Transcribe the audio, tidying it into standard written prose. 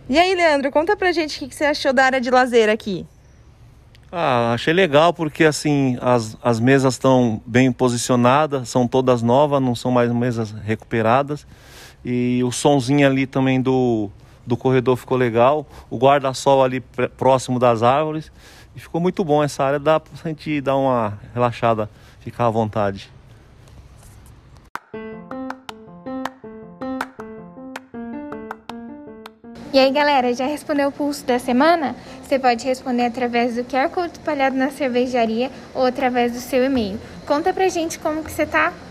E aí, Leandro, conta pra gente o que você achou da área de lazer aqui. Achei legal porque assim as mesas estão bem posicionadas, são todas novas, não são mais mesas recuperadas. E o sonzinho ali também do corredor ficou legal. O guarda-sol ali próximo das árvores. E ficou muito bom essa área, dá pra gente dar uma relaxada, ficar à vontade. E aí, galera, já respondeu o pulso da semana? Você pode responder através do QR Code espalhado na cervejaria ou através do seu e-mail. Conta pra gente como que você tá.